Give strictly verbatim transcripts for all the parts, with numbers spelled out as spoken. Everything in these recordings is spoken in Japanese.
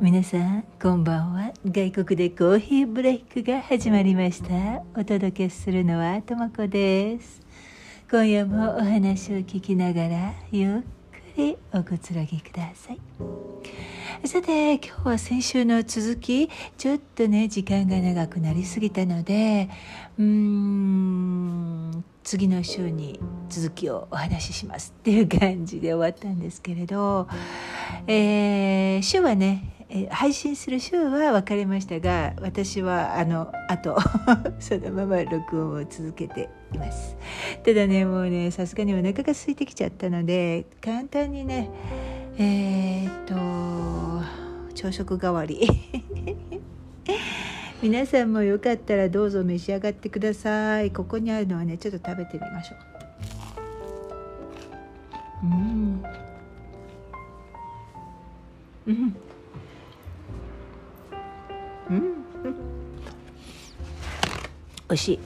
皆さんこんばんは。外国でコーヒーブレイクが始まりました。お届けするのはともこです。今夜もお話を聞きながらゆっくりおくつろぎください。さて、今日は先週の続き、ちょっとね時間が長くなりすぎたのでうーん次の週に続きをお話ししますっていう感じで終わったんですけれど、えー、週はね配信する週は分かれましたが、私はあのあとそのまま録音を続けています。ただねもうねさすがにお腹が空いてきちゃったので、簡単にねえー、っと朝食代わり皆さんもよかったらどうぞ召し上がってください。ここにあるのはねちょっと食べてみましょう。うんうんうん美味しい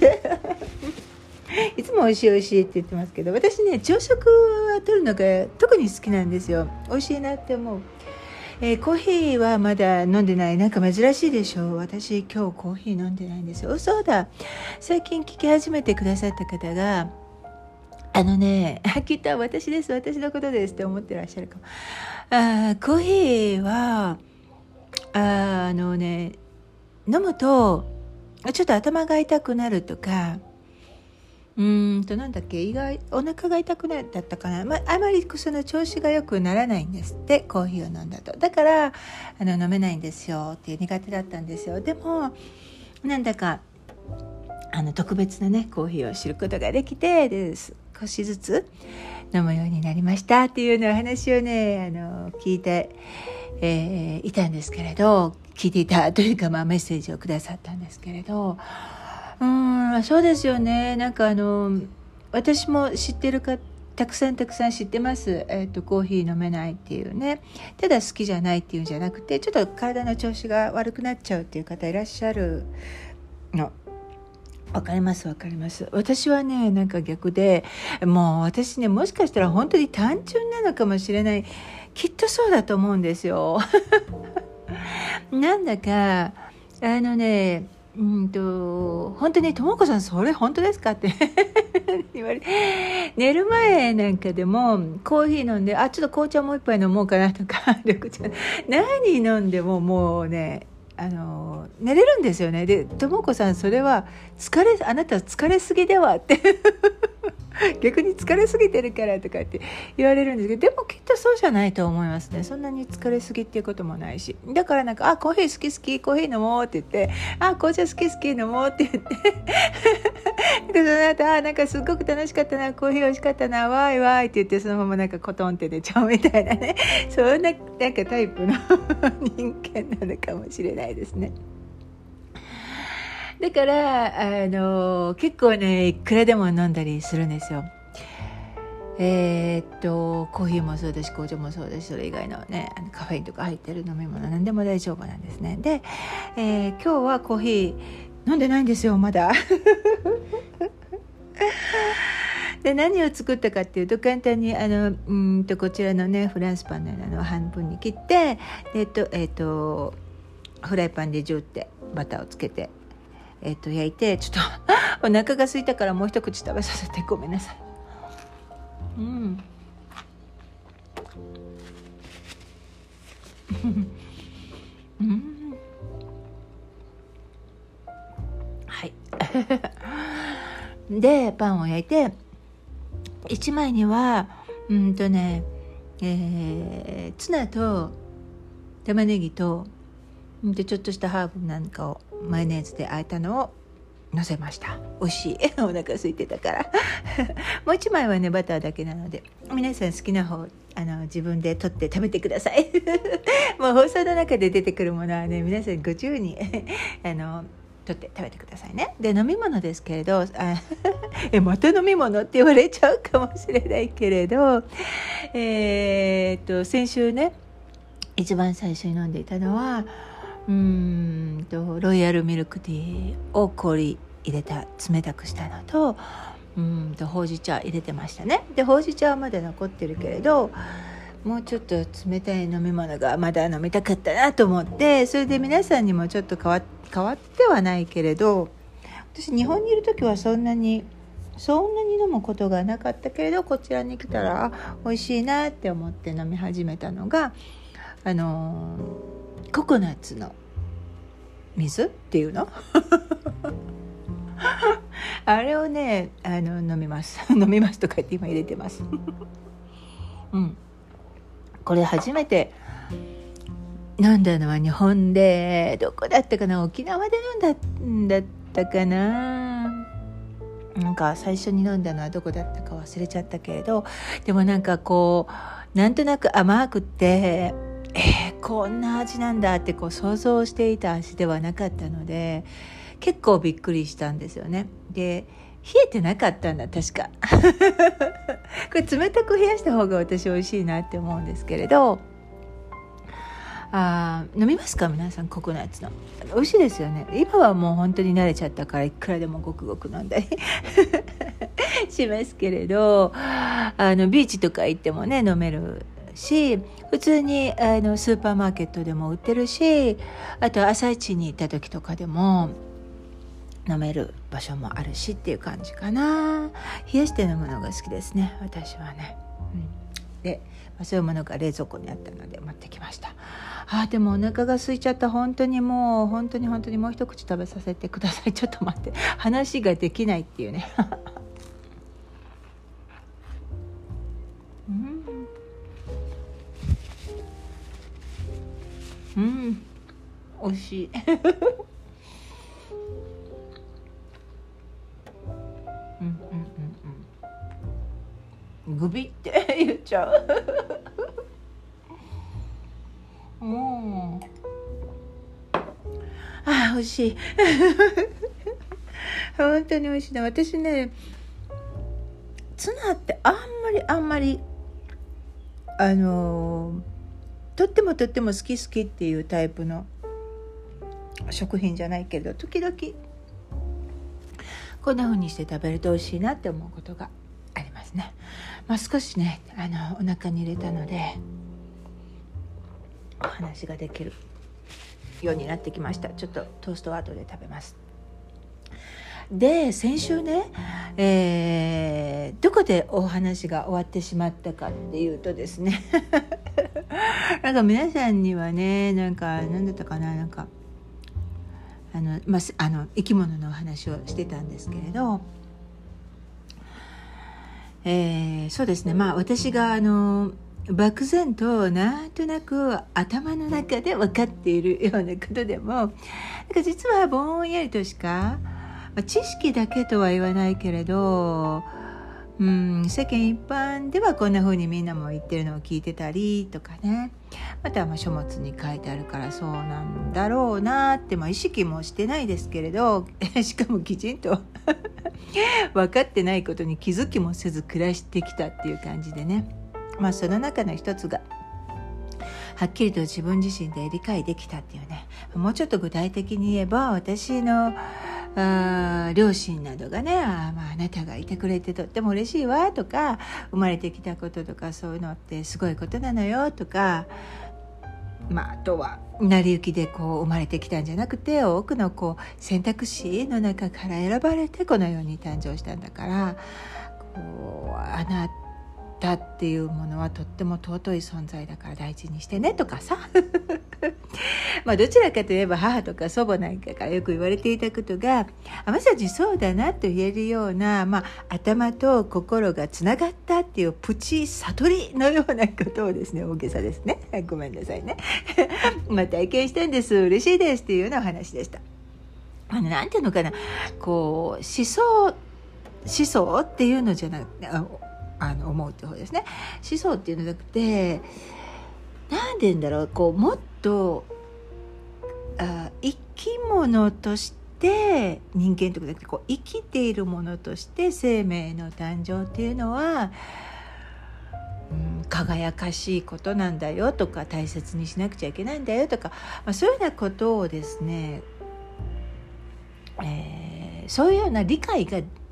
いつも美味しい美味しいって言ってますけど、私ね朝食は取るのが特に好きなんですよ。美味しいなって思う。えー、コーヒーはまだ飲んでない。なんか珍しいでしょ。私今日コーヒー飲んでないんですよ。そうだ、最近聞き始めてくださった方があのねきっと私です私のことですって思ってらっしゃるかも。あコーヒーはああのね飲むとちょっと頭が痛くなるとか、うーんとなんだっけ意外お腹が痛くなったったかな、まあ、あまりその調子が良くならないんですって、コーヒーを飲んだと。だからあの飲めないんですよっていう苦手だったんですよ。でもなんだかあの特別なねコーヒーを知ることができて、で少しずつ飲むようになりましたっていうような話をねあの聞いて、えー、いたんですけれど、聞いていたというか、まあ、メッセージをくださったんですけれど、うーんそうですよね。なんかあの私も知ってるかたくさんたくさん知ってます、えーと、コーヒー飲めないっていうね、ただ好きじゃないっていうんじゃなくてちょっと体の調子が悪くなっちゃうっていう方いらっしゃるのわかりますわかります。私はねなんか逆で、もう私ねもしかしたら本当に単純なのかもしれない。きっとそうだと思うんですよなんだかあのねうんと本当にともこさんそれ本当ですかって言われ、寝る前なんかでもコーヒー飲んであちょっと紅茶もう一杯飲もうかなとか緑茶何飲んでももうねあの寝れるんですよね。でともこさんそれは疲れあなた疲れすぎではって逆に疲れすぎてるからとかって言われるんですけど、でもきっとそうじゃないと思いますね。そんなに疲れすぎっていうこともないし、だからなんかあコーヒー好き好きコーヒー飲もうって言ってあ紅茶好き好き飲もうって言ってでその後あなんかすっごく楽しかったなコーヒー美味しかったなわいわいって言ってそのままなんかコトンって出ちゃうみたいなねそんななんかタイプの人間なのかもしれないですね。だからあの結構ねいくらでも飲んだりするんですよ。えー、っとコーヒーもそうだし紅茶もそうだし、それ以外のねあのカフェインとか入ってる飲み物何でも大丈夫なんですね。で、えー、今日はコーヒー飲んでないんですよまだで何を作ったかっていうと簡単にあのうんとこちらのねフランスパンのようなのを半分に切ってえー、っとえー、っとフライパンでジュってバターをつけてえっと焼いて、ちょっとお腹が空いたからもう一口食べさせてごめんなさい。うんうんはいでパンを焼いていちまいにはうんとね、えー、ツナと玉ねぎとでちょっとしたハーブなんかをマヨネーズで和えたのを乗せました。美味しいお腹空いてたからもう一枚はねバターだけなので皆さん好きな方あの自分で取って食べてくださいもう放送の中で出てくるものはね皆さんご自由にあの取って食べてくださいね。で飲み物ですけれどあえまた飲み物って言われちゃうかもしれないけれど、えー、っと先週ね一番最初に飲んでいたのはうーんとロイヤルミルクティーを氷入れた冷たくしたのとうーんとほうじ茶入れてましたね。でほうじ茶はまだ残ってるけれどもうちょっと冷たい飲み物がまだ飲みたかったなと思って、それで皆さんにもちょっと変わ、変わってはないけれど、私日本にいる時はそんなにそんなに飲むことがなかったけれど、こちらに来たら美味しいなって思って飲み始めたのがあのココナッツの水っていうのあれをねあの飲みます飲みますとか言って今入れてますうん、これ初めて飲んだのは日本で、どこだったかな、沖縄で飲んだんだったかな、なんか最初に飲んだのはどこだったか忘れちゃったけれど、でもなんかこうなんとなく甘くて、えー、こんな味なんだってこう想像していた味ではなかったので、結構びっくりしたんですよね。で冷えてなかったんだ確かこれ冷たく冷やした方が私美味しいなって思うんですけれど、あ飲みますか皆さん、ココナッツの美味しいですよね。今はもう本当に慣れちゃったからいくらでもごくごく飲んだりしますけれど、あのビーチとか行ってもね飲めるし、普通にあのスーパーマーケットでも売ってるし、あと朝市に行った時とかでも飲める場所もあるしっていう感じかな。冷やして飲むのが好きですね私はね、うん、で、まあ、そういうものが冷蔵庫にあったので持ってきました。あでもお腹が空いちゃった。本当にもう本当に本当にもう一口食べさせてください。ちょっと待って、話ができないっていうねうんうん美味しいうんうんうんうんグビって言っちゃうもうあ美味しい本当に美味しいな。私ねツナってあんまりあんまりあのー、とってもとっても好き好きっていうタイプの食品じゃないけれど、時々こんな風にして食べると美味しいなって思うことがありますね。まあ、少しねあのお腹に入れたのでお話ができるようになってきました。ちょっとトーストは後で食べます。で先週ね、えー、どこでお話が終わってしまったかっていうとですねなんか皆さんにはねなんか何だったかな、なんかあの、まあ、あの生き物のお話をしてたんですけれど、えー、そうですね、まあ私があの漠然となんとなく頭の中で分かっているようなことでも、なんか実はぼんやりとしか、まあ、知識だけとは言わないけれど、うん、世間一般ではこんな風にみんなも言ってるのを聞いてたりとかね、またはまあ書物に書いてあるからそうなんだろうなって、まあ、意識もしてないですけれどしかもきちんと分かってないことに気づきもせず暮らしてきたっていう感じでね、まあその中の一つがはっきりと自分自身で理解できたっていうね。もうちょっと具体的に言えば、私のあ両親などがね、あ、まあ、あなたがいてくれてとっても嬉しいわとか、生まれてきたこととかそういうのってすごいことなのよとか、まあ、あとは成り行きでこう生まれてきたんじゃなくて、多くのこう選択肢の中から選ばれてこの世に誕生したんだから、こうあなたっていうものはとっても尊い存在だから大事にしてねとかさまあどちらかといえば母とか祖母なんかからよく言われていたことが、あまさにそうだなと言えるような、まあ、頭と心がつながったっていうプチ悟りのようなことをですね、大げさですねごめんなさいねまあ体験したんです、嬉しいですっていうようなお話でした。あのなんていうのかな、こう思想思想っていうのじゃなくて、ああの思うって方ですね。思想っていうのじゃなくて、なんでんだろう、こうもっとあ生き物として人間とかじゃなくて、こう生きているものとして生命の誕生っていうのは、うん、輝かしいことなんだよとか、大切にしなくちゃいけないんだよとか、まあ、そういうようなことをですね、えー、そういうような理解が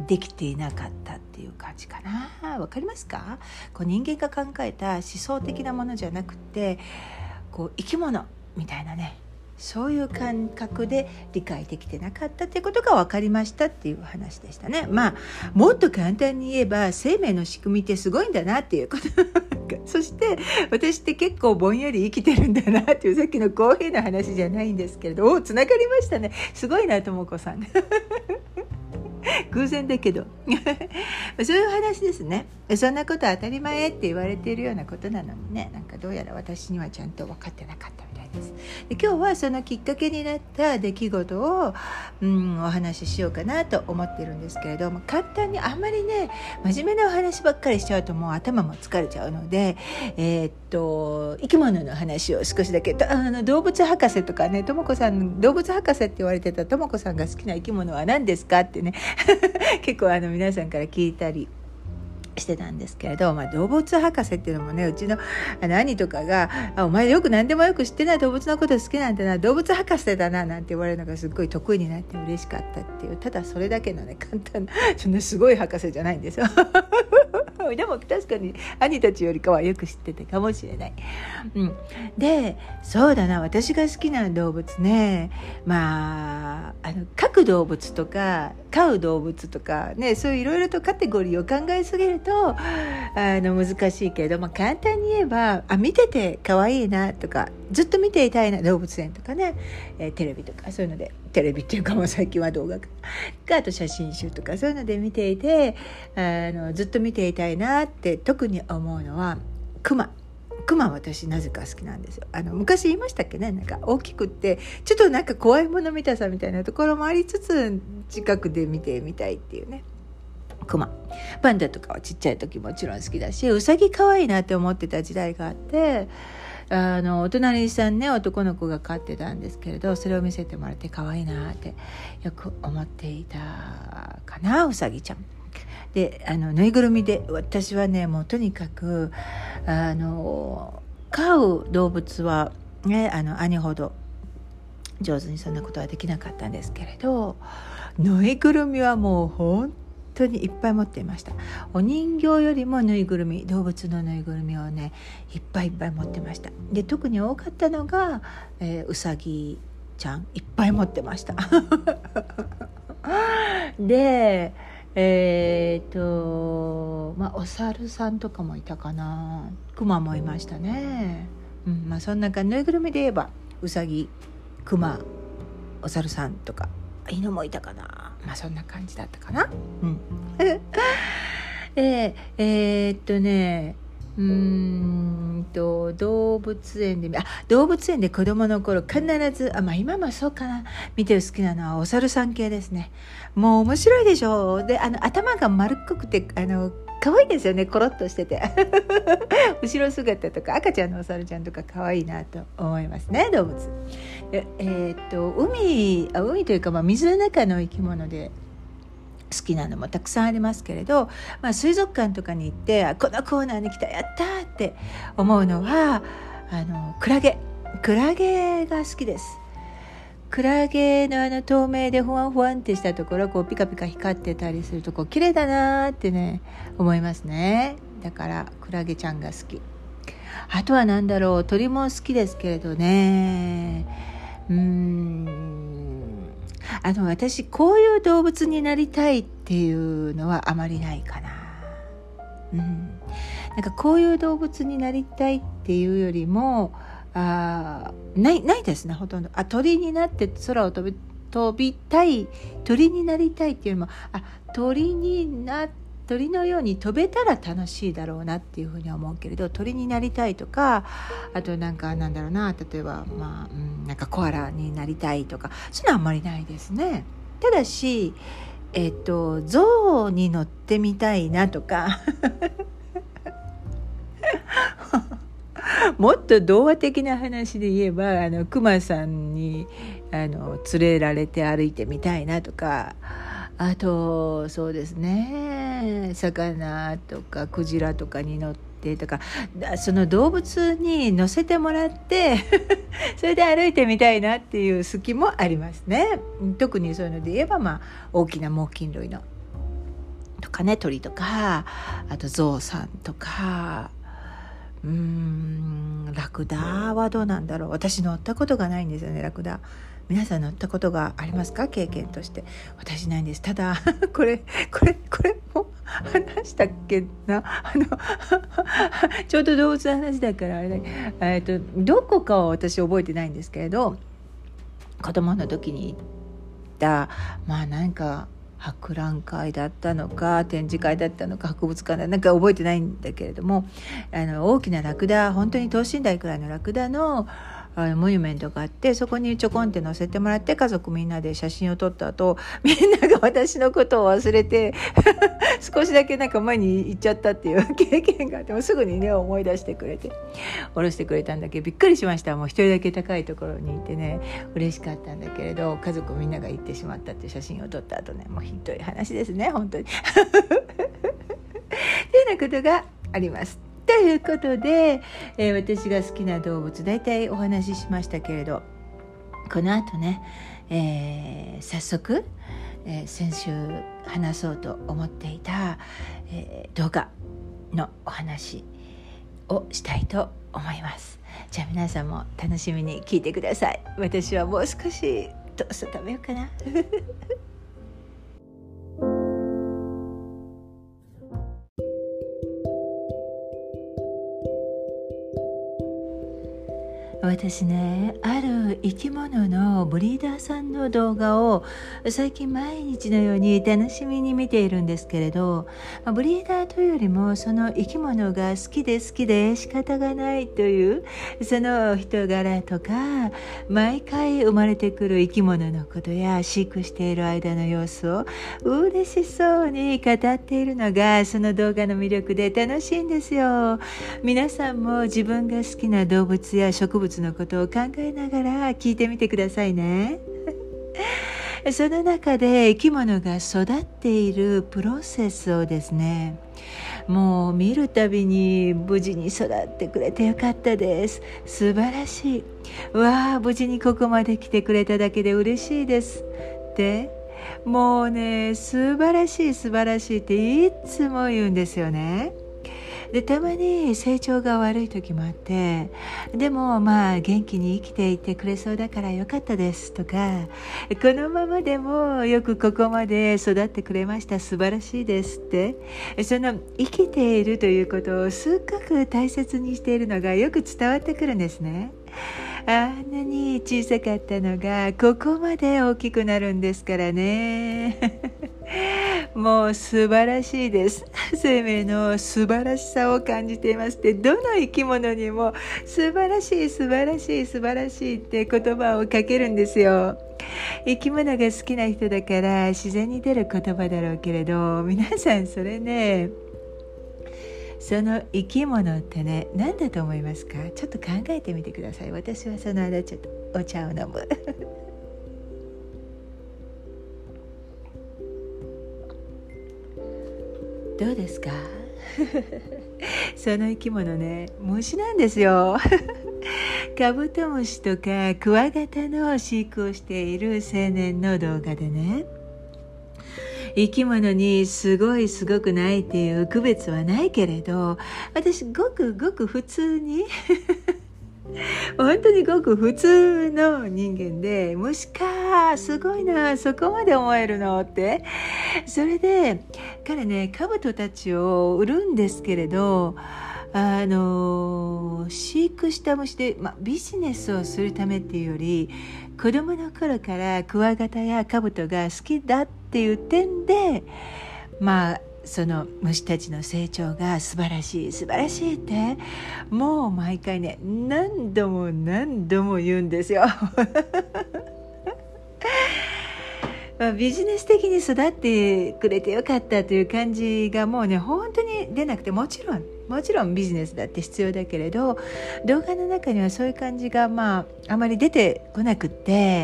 できていなかったっていう感じかな。わかりますか？こう人間が考えた思想的なものじゃなくて、こう生き物みたいなね、そういう感覚で理解できてなかったっていうことが分かりましたっていう話でしたね。まあもっと簡単に言えば、生命の仕組みってすごいんだなっていうことそして私って結構ぼんやり生きてるんだなっていう、さっきのコーヒーの話じゃないんですけれど、おつながりましたね。すごいな、ともこさん偶然だけどそういう話ですね。そんなこと当たり前って言われているようなことなのにね、なんかどうやら私にはちゃんと分かってなかったみたいです。で、今日はそのきっかけになった出来事を、うん、お話ししようかなと思ってるんですけれども、簡単にあんまりね真面目なお話ばっかりしちゃうともう頭も疲れちゃうので、えー、っと生き物の話を少しだけ、あの動物博士とかね、ともこさん動物博士って言われてたともこさんが好きな生き物は何ですかってね結構あの皆さんから聞いたりしてたんですけれど、まあ、動物博士っていうのもね、うちのあの兄とかがあお前よく何でもよく知ってない、動物のこと好きなんだな、動物博士だななんて言われるのがすっごい得意になって嬉しかったっていう、ただそれだけのね簡単なそんなすごい博士じゃないんですよでも確かに兄たちよりかはよく知っててかもしれない、うん、でそうだな、私が好きな動物ね、まああの飼う動物とか飼う動物とかね、そういういろいろとカテゴリーを考えすぎるとあの難しいけれど、まあ、簡単に言えばあ見てて可愛いなとか、ずっと見ていたいな、動物園とかね、えー、テレビとかそういうので、テレビっていうかもう最近は動画かあと写真集とかそういうので見ていて、あのずっと見ていたいなって特に思うのはクマ。クマ私なぜか好きなんですよ。あの昔言いましたっけね、なんか大きくってちょっとなんか怖いもの見たさみたいなところもありつつ、近くで見てみたいっていうね。クマ、パンダとかはちっちゃい時もちろん好きだし、ウサギ可愛いなって思ってた時代があって、あのお隣さんね男の子が飼ってたんですけれど、それを見せてもらって可愛いなってよく思っていたかな、ウサギちゃんで、あのぬいぐるみで、私はねもうとにかくあの飼う動物はね、あの兄ほど上手にそんなことはできなかったんですけれど、ぬいぐるみはもう本当にいっぱい持っていました。お人形よりもぬいぐるみ、動物のぬいぐるみをねいっぱいいっぱい持ってました。で特に多かったのが、えー、うさぎちゃんいっぱい持ってましたでえーとまあお猿さんとかもいたかな、クマもいましたね、うんまあ、そんな感じ。ぬいぐるみで言えばうさぎ、クマ、お猿さんとか犬もいたかな、まあそんな感じだったかな、うんでえー、っとねうーんと動物園であ動物園で子供の頃必ずあ、まあ、今もそうかな、見てる好きなのはお猿さん系ですね。もう面白いでしょ。であの頭が丸っこくてあの可愛いですよね、コロッとしてて後ろ姿とか赤ちゃんのお猿ちゃんとか可愛いなと思いますね、動物。ええー、っと海あ海というか、まあ、水の中の生き物で好きなのもたくさんありますけれど、まあ、水族館とかに行ってこのコーナーに来たやったーって思うのはあのクラゲクラゲが好きです。クラゲのあの透明でふわんふわんってしたところ、こうピカピカ光ってたりするとこう綺麗だなーってね思いますね。だからクラゲちゃんが好き。あとは何だろう、鳥も好きですけれどね、うーんあの私こういう動物になりたいっていうのはあまりないかな、うん、なんかこういう動物になりたいっていうよりもあないないですね、ほとんど。あ鳥になって空を飛び飛びたい、鳥になりたいっていうよりもあ鳥にな鳥のように飛べたら楽しいだろうなっていうふうには思うけれど、鳥になりたいとか、あとなんかなんだろうな、例えばまあ、うん、なんかコアラになりたいとかそういうのはあんまりないですね。ただしえっと象に乗ってみたいなとかもっと童話的な話で言えばあのクマさんにあの連れられて歩いてみたいなとか、あとそうですね、魚とかクジラとかに乗ってとか、その動物に乗せてもらってそれで歩いてみたいなっていう好きもありますね。特にそういうので言えば、まあ、大きな猛禽類の茜鳥とか、あとゾウさんとか、うーんラクダはどうなんだろう。私乗ったことがないんですよね、ラクダ。皆さん乗ったことがありますか、経験として。私ないんです。ただこれこれこれも話したっけな、あのちょうど動物の話だからあれだ、えっとどこかは私覚えてないんですけれど、子供の時に行ったまあなんか博覧会だったのか展示会だったのか博物館だなんか覚えてないんだけれども、あの大きなラクダ、本当に等身大くらいのラクダのあのモニュメントがあって、そこにちょこんって乗せてもらって、家族みんなで写真を撮った後、みんなが私のことを忘れて少しだけなんか前に行っちゃったっていう経験があって、もすぐにね思い出してくれて下ろしてくれたんだけど、びっくりしました。もう一人だけ高いところにいてね嬉しかったんだけれど、家族みんなが行ってしまったっていう写真を撮った後ね、もうひどい話ですね本当にっていうようなことがあります。ということで、えー、私が好きな動物大体お話ししましたけれど、この後ね、えー、早速、えー、先週話そうと思っていた、えー、動画のお話をしたいと思います。じゃあ皆さんも楽しみに聞いてください。私はもう少しトースト食べようかな私ね、ある生き物のブリーダーさんの動画を最近毎日のように楽しみに見ているんですけれど、ブリーダーというよりもその生き物が好きで好きで仕方がないというその人柄とか、毎回生まれてくる生き物のことや飼育している間の様子を嬉しそうに語っているのがその動画の魅力で楽しいんですよ。皆さんも自分が好きな動物や植物のことを考えながら聞いてみてくださいねその中で生き物が育っているプロセスをですね、もう見るたびに無事に育ってくれてよかったです、素晴らしい、わあ無事にここまで来てくれただけで嬉しいですってもうね素晴らしい素晴らしいっていつも言うんですよね。でたまに成長が悪い時もあって、でもまあ元気に生きていてくれそうだからよかったですとか、このままでもよくここまで育ってくれました、素晴らしいですって、その生きているということをすっごく大切にしているのがよく伝わってくるんですね。あんなに小さかったのがここまで大きくなるんですからねもう素晴らしいです。生命の素晴らしさを感じていますって、どの生き物にも素晴らしい素晴らしい素晴らしいって言葉をかけるんですよ。生き物が好きな人だから自然に出る言葉だろうけれど、皆さんそれね、その生き物ってね何だと思いますか？ちょっと考えてみてください。私はその間ちょっとお茶を飲むどうですかその生き物ね、虫なんですよカブトムシとかクワガタの飼育をしている青年の動画でね、生き物にすごいすごくないっていう区別はないけれど、私ごくごく普通に本当にごく普通の人間で、虫かすごいなそこまで思えるのって、それで彼ねカブトたちを売るんですけれど、あの飼育した虫で、ま、ビジネスをするためっていうより、子供の頃からクワガタやカブトが好きだっていう点で、まあその虫たちの成長が素晴らしい素晴らしいってもう毎回ね何度も何度も言うんですよまあ、ビジネス的に育ってくれてよかったという感じがもうね本当に出なくて、もちろんもちろんビジネスだって必要だけれど、動画の中にはそういう感じがまああまり出てこなくって、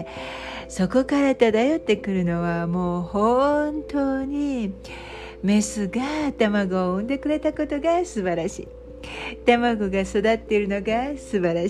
そこから漂ってくるのはもう本当にメスが卵を産んでくれたことが素晴らしい、卵が育っているのが素晴らしい、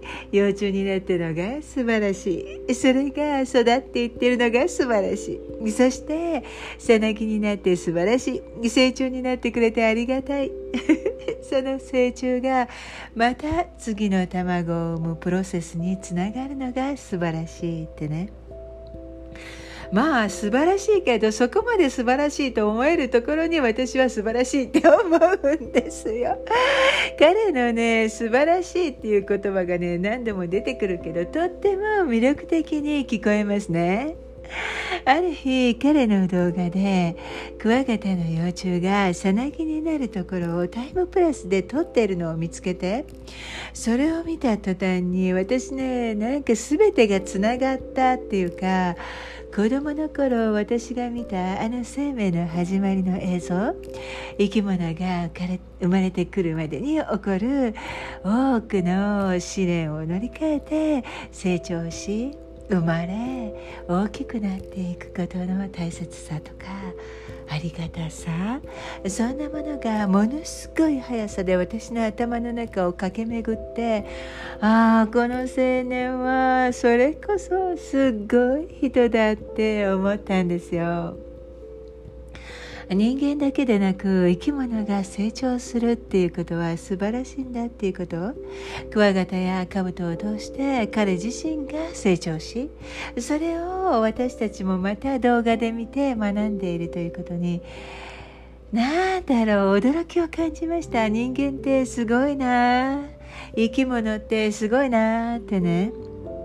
幼虫になっているのが素晴らしい。それが育っていっているのが素晴らしい。そしてさなぎになって素晴らしい。成長になってくれてありがたい。その成長がまた次の卵を産むプロセスにつながるのが素晴らしいってね。まあ素晴らしいけど、そこまで素晴らしいと思えるところに私は素晴らしいって思うんですよ。彼のね、素晴らしいっていう言葉がね、何度も出てくるけど、とっても魅力的に聞こえますね。ある日、彼の動画でクワガタの幼虫がさなぎになるところをタイムプラスで撮っているのを見つけて、それを見た途端に私ね、なんか全てがつながったっていうか、子供の頃私が見たあの生命の始まりの映像、生き物が生まれてくるまでに起こる多くの試練を乗り換えて成長し、生まれ大きくなっていくことの大切さとかありがたさ、そんなものがものすごい速さで私の頭の中を駆け巡って、ああこの青年はそれこそすごい人だって思ったんですよ。人間だけでなく生き物が成長するっていうことは素晴らしいんだっていうこと、クワガタやカブトを通して彼自身が成長し、それを私たちもまた動画で見て学んでいるということに、なんだろう、驚きを感じました。人間ってすごいな、生き物ってすごいなってね。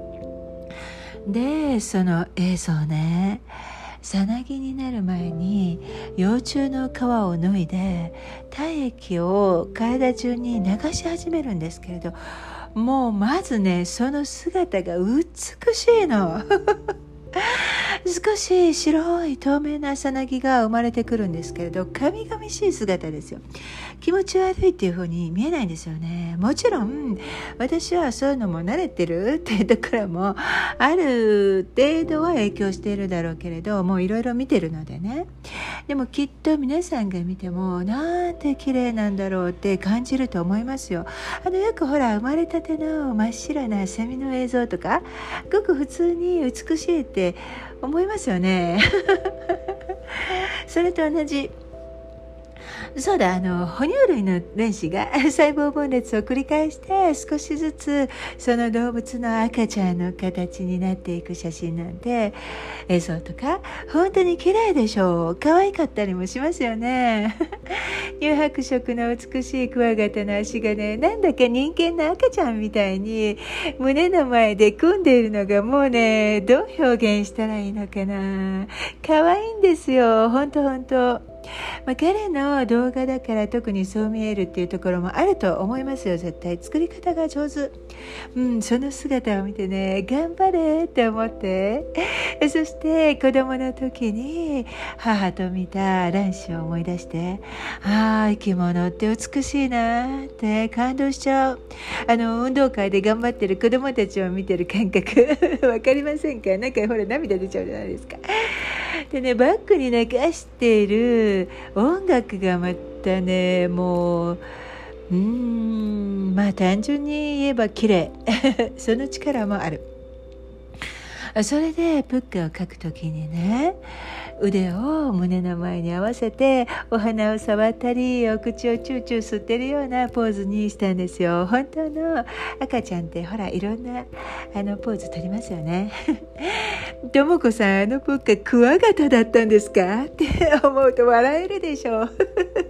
でその映像ね、さなぎになる前に幼虫の皮を脱いで体液を体中に流し始めるんですけれど、もうまずね、その姿が美しいの。少し白い透明なさなぎが生まれてくるんですけれど、神々しい姿ですよ。気持ち悪いっていう風に見えないんですよね。もちろん私はそういうのも慣れてるっていうところもある程度は影響しているだろうけれど、もういろいろ見てるのでね。でもきっと皆さんが見てもなんて綺麗なんだろうって感じると思いますよ。あのよくほら、生まれたての真っ白なセミの映像とか、ごく普通に美しいって思いますよね。それと同じ。そうだ、あの哺乳類の卵子が細胞分裂を繰り返して少しずつその動物の赤ちゃんの形になっていく写真なんて、映像とか本当に綺麗でしょう。可愛かったりもしますよね。乳白色の美しいクワガタの足がね、なんだか人間の赤ちゃんみたいに胸の前で組んでいるのが、もうね、どう表現したらいいのかな。可愛いんですよ、本当本当。まあ、彼の動画だから特にそう見えるっていうところもあると思いますよ。絶対作り方が上手、うん、その姿を見てね、頑張れって思って、そして子供の時に母と見た卵子を思い出して、ああ生き物って美しいなって感動しちゃう。あの運動会で頑張ってる子供たちを見てる感覚わかりませんか？なんかほら涙出ちゃうじゃないですか。でね、バックに流している音楽がまたね、もううーんまあ単純に言えば綺麗その力もある。それでプックを描くときにね、腕を胸の前に合わせてお花を触ったりお口をチューチュー吸ってるようなポーズにしたんですよ。本当の赤ちゃんってほらいろんなあのポーズ取りますよね。ともこさん、あのプッククワガタだったんですかって思うと笑えるでしょう。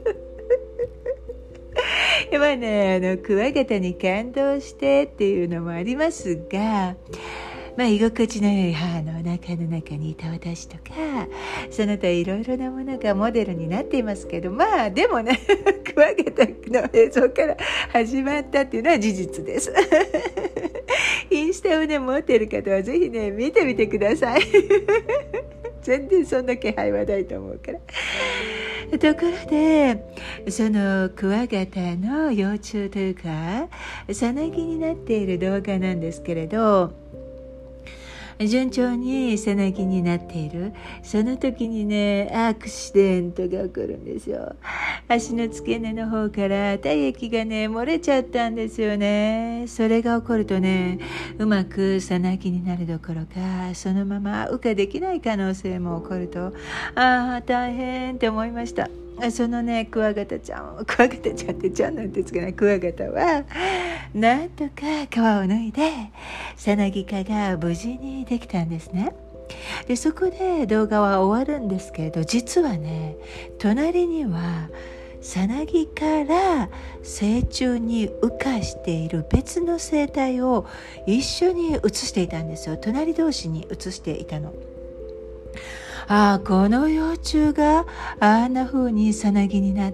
まあね、あのクワガタに感動してっていうのもありますが、まあ、居心地の良い母のお腹の中にいた私とか、その他いろいろなものがモデルになっていますけど、まあでもね、クワガタの映像から始まったっていうのは事実です。インスタをね持っている方はぜひね見てみてください。全然そんな気配はないと思うから。ところで、そのクワガタの幼虫というかさなぎになっている動画なんですけれど、 順調にさなぎになっているその時にね、アクシデントが起こるんですよ。足の付け根の方から体液がね漏れちゃったんですよね。それが起こるとね、うまくさなぎになるどころか、そのまま羽化できない可能性も起こると、ああ大変って思いました。そのね、クワガタちゃん、クワガタちゃんってちゃんなんてつけないクワガタは、なんとか皮を脱いで、さなぎ化が無事にできたんですね。で、そこで動画は終わるんですけれど、実はね、隣には、さなぎから成虫に羽化している別の生態を一緒に映していたんですよ。隣同士に映していたの。ああ、この幼虫があんな風にさなぎになって、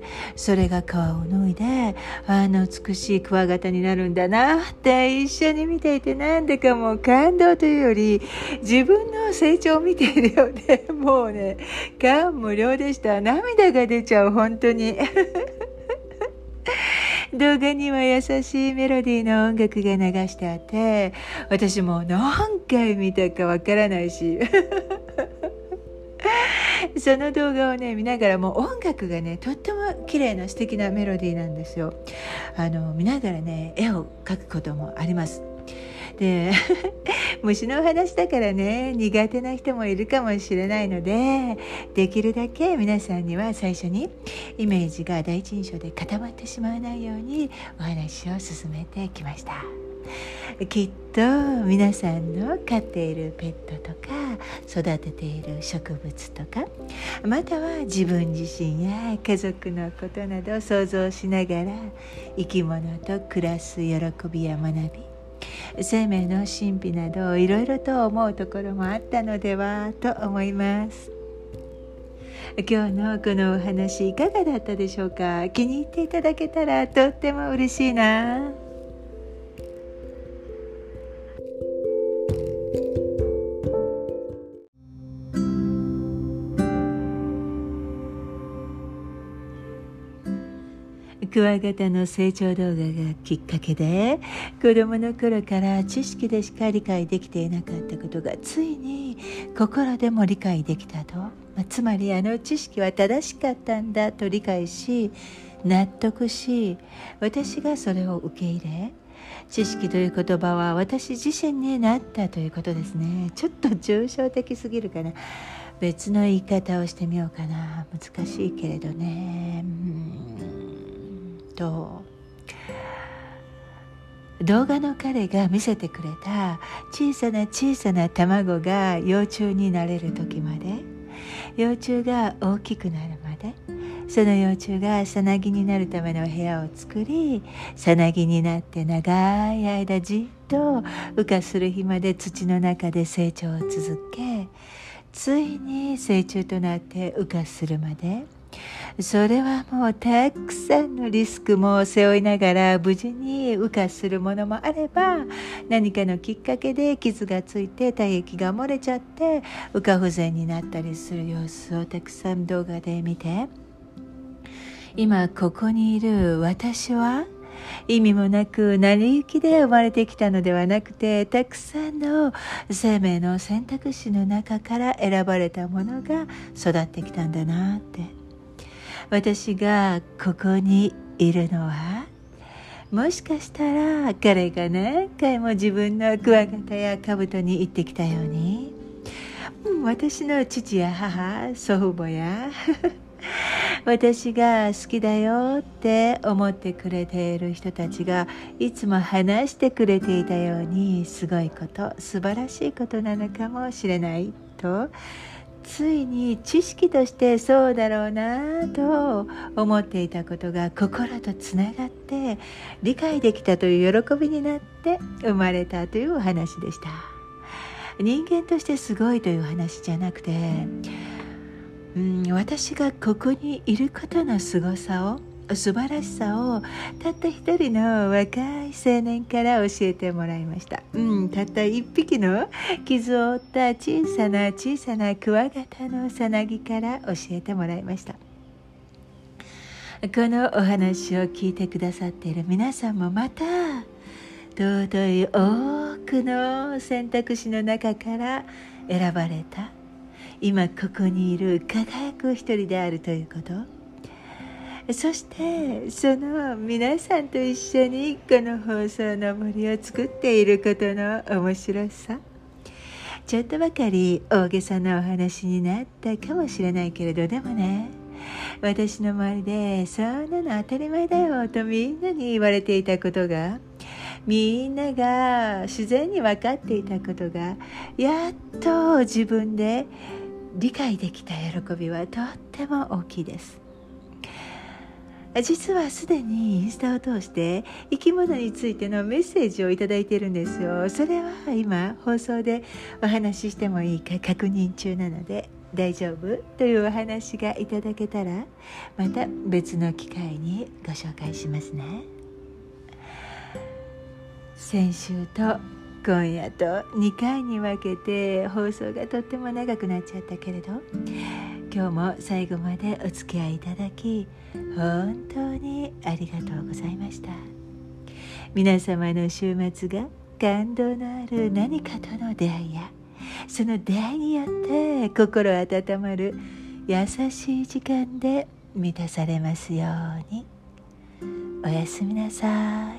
それが皮を脱いであの美しいクワガタになるんだなって一緒に見ていて、なんだかもう感動というより自分の成長を見ているようで、もうね感無量でした。涙が出ちゃう、本当に。動画には優しいメロディーの音楽が流してあって、私も何回見たかわからないしその動画をね見ながらも、音楽がねとっても綺麗な素敵なメロディーなんですよ。あの見ながらね絵を描くこともあります。で虫の話だからね苦手な人もいるかもしれないので、できるだけ皆さんには最初にイメージが第一印象で固まってしまわないようにお話を進めてきました。きっと皆さんの飼っているペットとか育てている植物とか、または自分自身や家族のことなどを想像しながら生き物と暮らす喜びや学び、生命の神秘などいろいろと思うところもあったのではと思います。今日のこのお話いかがだったでしょうか。気に入っていただけたらとっても嬉しいな。クワガタの成長動画がきっかけで、子供の頃から知識でしか理解できていなかったことがついに心でも理解できたと、まあ、つまりあの知識は正しかったんだと理解し納得し、私がそれを受け入れ、知識という言葉は私自身になったということですね。ちょっと抽象的すぎるかな。別の言い方をしてみようかな。難しいけれどね。うんと動画の彼が見せてくれた小さな小さな卵が幼虫になれる時まで、幼虫が大きくなるまで、その幼虫がさなぎになるための部屋を作り、さなぎになって長い間じっと羽化する日まで土の中で成長を続け、ついに成虫となって羽化するまで、それはもうたくさんのリスクも背負いながら無事に羽化するものもあれば、何かのきっかけで傷がついて体液が漏れちゃって羽化不全になったりする様子をたくさん動画で見て、今ここにいる私は意味もなく成り行きで生まれてきたのではなくて、たくさんの生命の選択肢の中から選ばれたものが育ってきたんだなって。私がここにいるのは、もしかしたら彼が何回も自分のクワガタやカブトに行ってきたように、私の父や母、祖父母や私が好きだよって思ってくれている人たちがいつも話してくれていたように、すごいこと、素晴らしいことなのかもしれないと、ついに知識としてそうだろうなと思っていたことが心とつながって理解できたという喜びになって生まれたというお話でした。人間としてすごいという話じゃなくて、うん、私がここにいることのすごさを、素晴らしさをたった一人の若い青年から教えてもらいました、うん、たった一匹の傷を負った小さな小さなクワガタのさなぎから教えてもらいました。このお話を聞いてくださっている皆さんもまた尊い多くの選択肢の中から選ばれた、今ここにいる輝く一人であるということ、そしてその皆さんと一緒にこの放送の森を作っていることの面白さ、ちょっとばかり大げさなお話になったかもしれないけれど、でもね、私の周りでそんなの当たり前だよとみんなに言われていたことが、みんなが自然に分かっていたことが、やっと自分で理解できた喜びはとっても大きいです。実はすでにインスタを通して生き物についてのメッセージをいただいているんですよ。それは今放送でお話ししてもいいか確認中なので、大丈夫というお話がいただけたらまた別の機会にご紹介しますね。先週と今夜とにかいに分けて放送がとっても長くなっちゃったけれど、今日も最後までお付き合いいただき本当にありがとうございました。皆様の週末が感動のある何かとの出会いや、その出会いによって心温まる優しい時間で満たされますように。おやすみなさい。